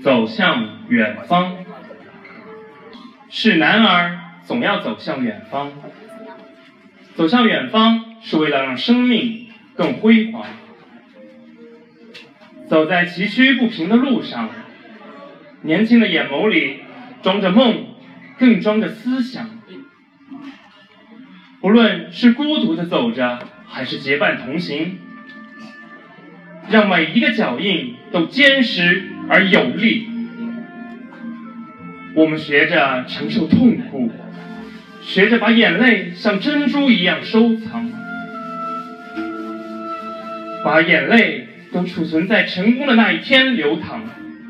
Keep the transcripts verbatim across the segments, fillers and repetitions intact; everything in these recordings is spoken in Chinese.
走向远方。是男儿总要走向远方，走向远方是为了让生命更辉煌。走在崎岖不平的路上，年轻的眼眸里装着梦，更装着思想。不论是孤独地走着，还是结伴同行，让每一个脚印都坚实而有力。我们学着承受痛苦，学着把眼泪像珍珠一样收藏，把眼泪都储存在成功的那一天流淌。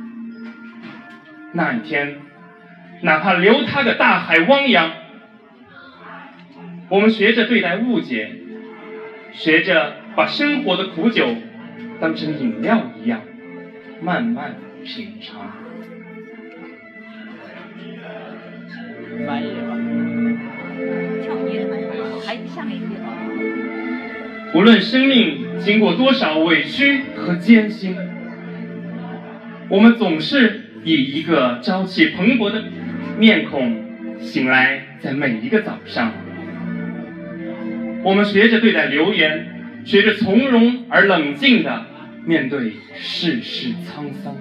那一天，哪怕流淌个大海汪洋。我们学着对待误解，学着把生活的苦酒当成饮料一样慢慢品尝。 翻译吧，跳也还下面一点。 无论生命经过多少委屈和艰辛，我们总是以一个朝气蓬勃的面孔醒来，在每一个早上。我们学着对待流言，学着从容而冷静地面对世事沧桑，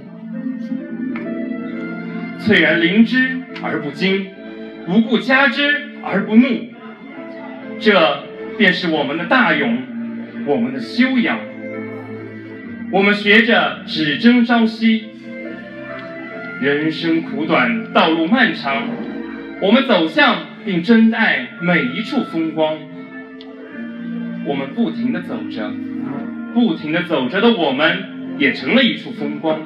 翠然灵芝而不惊，无故加之而不怒。这便是我们的大勇，我们的修养。我们学着只争朝夕，人生苦短，道路漫长，我们走向并珍爱每一处风光。我们不停地走着，不停地走着的我们，也成了一处风光。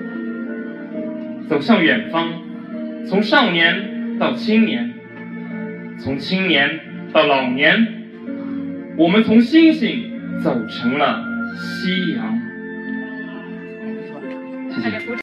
走向远方，从少年到青年，从青年到老年，我们从星星走成了夕阳。谢谢。